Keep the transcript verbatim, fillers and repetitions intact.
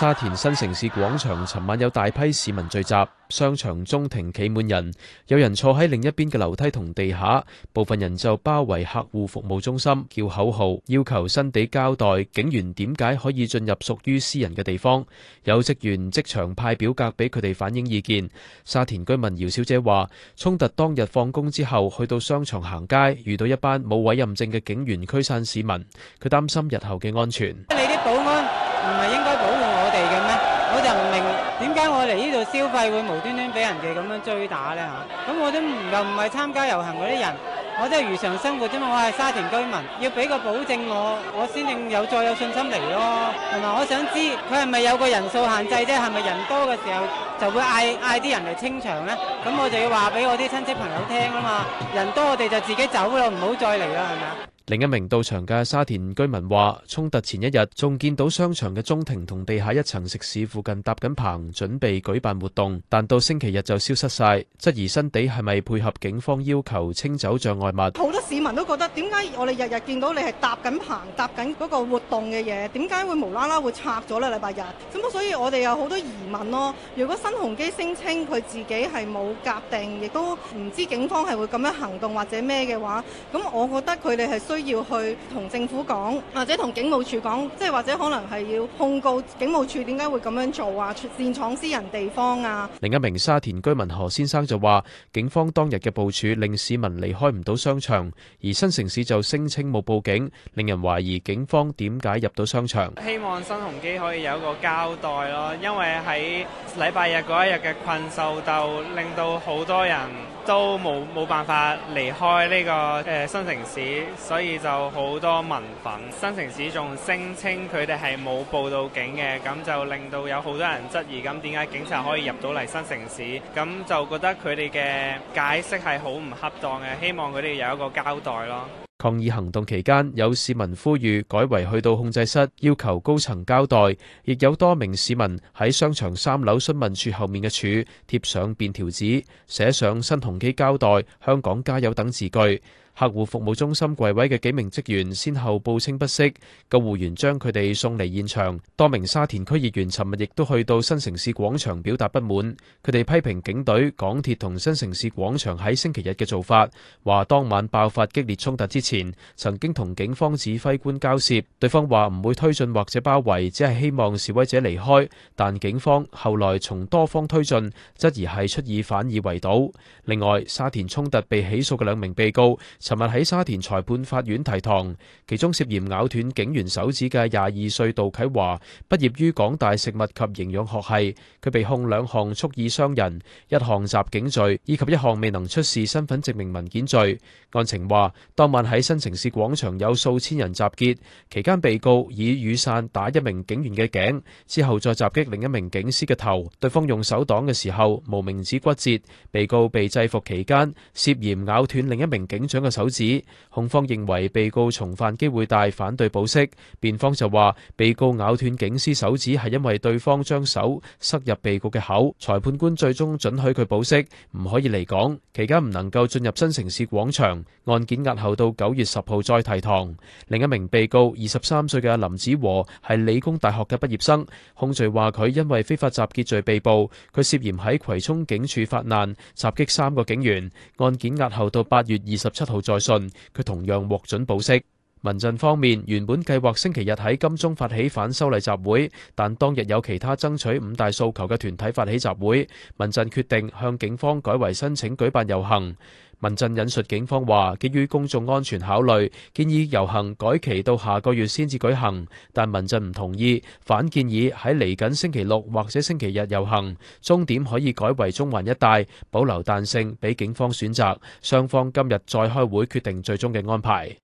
沙田新城市廣場尋晚有大批市民聚集，商場中庭企滿人，有人坐喺另一邊嘅樓梯同地下，部分人就包圍客戶服務中心，叫口號，要求新地交代警員點解可以進入屬於私人嘅地方。有職員即場派表格俾佢哋反映意見。沙田居民姚小姐話：衝突當日放工之後去到商場行街，遇到一班冇委任證嘅警員驅散市民，佢擔心日後嘅安全。 你啲保安唔係應該保護我哋嘅咩？我就唔明點解我嚟呢度消費會無端端俾人哋咁樣追打呢嚇？咁我都唔又唔係參加遊行嗰啲人，我都係如常生活啫嘛。我係沙田居民，要俾個保證我，我先至有再有信心嚟咯。同埋我想知佢係咪有個人數限制啫？係咪人多嘅時候就會嗌嗌啲人嚟清場呢？咁我就要話俾我啲親戚朋友聽啦嘛。人多我哋就自己走咯，唔好再嚟啦，係咪啊？ 另一名到場嘅沙田居民話：衝突前一日仲見到商場嘅中庭同地下一層食肆附近搭緊棚，準備舉辦活動，但到星期日就消失晒，質疑新地係咪配合警方要求清走障礙物？ 好多市民都覺得點解我哋日日見到你係搭緊棚、搭緊嗰個活動嘅嘢，點解會無啦啦會拆咗咧？禮拜日咁，所以我哋有好多疑問咯。如果新鴻基聲稱佢自己係冇夾定，亦都唔知警方係會咁樣行動或者咩嘅話，咁我覺得佢哋係需要去同政府講，或者同警務處講，即係或者可能係要控告警務處點解會咁樣做啊，擅闖私人地方啊。 另一名沙田居民何先生就話：警方當日嘅部署令市民離開唔到商場，而新城市就聲稱冇報警，令人懷疑警方點解入到商場。 希望新鴻基可以有一個交代咯，因為喺禮拜日嗰一日嘅困獸鬥，令到好多人都冇冇辦法離開呢個誒新城市，所以就好多民憤。新城市仲聲稱佢哋係冇報到警嘅，咁就令到有好多人質疑，咁點解警察可以入到嚟新城市？咁就覺得佢哋嘅解釋係好唔恰當嘅，希望佢哋有一個交代咯。 抗議行動期間，有市民呼籲改為去到控制室，要求高層交代，亦有多名市民喺商場三樓詢問處後面嘅柱貼上便條紙，寫上新鴻基交代、香港加油等字句。客戶服務中心櫃位嘅幾名職員先後報稱不適，救護員將佢哋送離現場。多名沙田區議員尋日亦都去到新城市廣場表達不滿，佢哋批評警隊、港鐵同新城市廣場喺星期日嘅做法，話當晚爆發激烈衝突之前，曾經同警方指揮官交涉，對方話唔會推進或者包圍，只係希望示威者離開，但警方後來從多方推進，質疑係出爾反爾圍堵。另外，沙田衝突被起訴嘅兩名被告，尋日喺沙田裁判法院提堂，其中涉嫌咬斷警員手指嘅廿二歲杜啟華，畢業於港大食物及營養學系，佢被控兩項蓄意傷人、一項襲警罪，以及一項未能出示身份證明文件罪。案情話，當晚喺新城市廣場有數千人集結，期間被告以雨傘打一名警員嘅頸，之後再襲擊另一名警司嘅頭，對方用手擋嘅時候無名指骨折，被告被制服期間涉嫌咬斷另一名警長嘅手指。控方認為被告重犯機會大，反對保釋。辯方就話被告咬斷警司手指係因為對方將手塞入被告嘅口。裁判官最終准許佢保釋，唔可以離港，期間唔能夠進入新城市廣場。案件押後到九月十號再提堂。另一名被告二十三歲嘅林子和係理工大學嘅畢業生，控罪話佢因為非法集結罪被捕，佢涉嫌喺葵涌警署發難，襲擊三個警員。案件押後到八月二十七號再訊，佢同樣獲准保釋。民陣方面原本計劃星期日喺金鐘發起反修例集會，但當日有其他爭取五大訴求嘅團體發起集會，民陣決定向警方改為申請舉辦遊行。民陣引述警方話，基於公眾安全考慮，建議遊行改期到下個月先至舉行，但民陣唔同意，反建議喺嚟緊星期六或者星期日遊行，終點可以改為中環一帶，保留彈性俾警方選擇。雙方今日再開會決定最終嘅安排。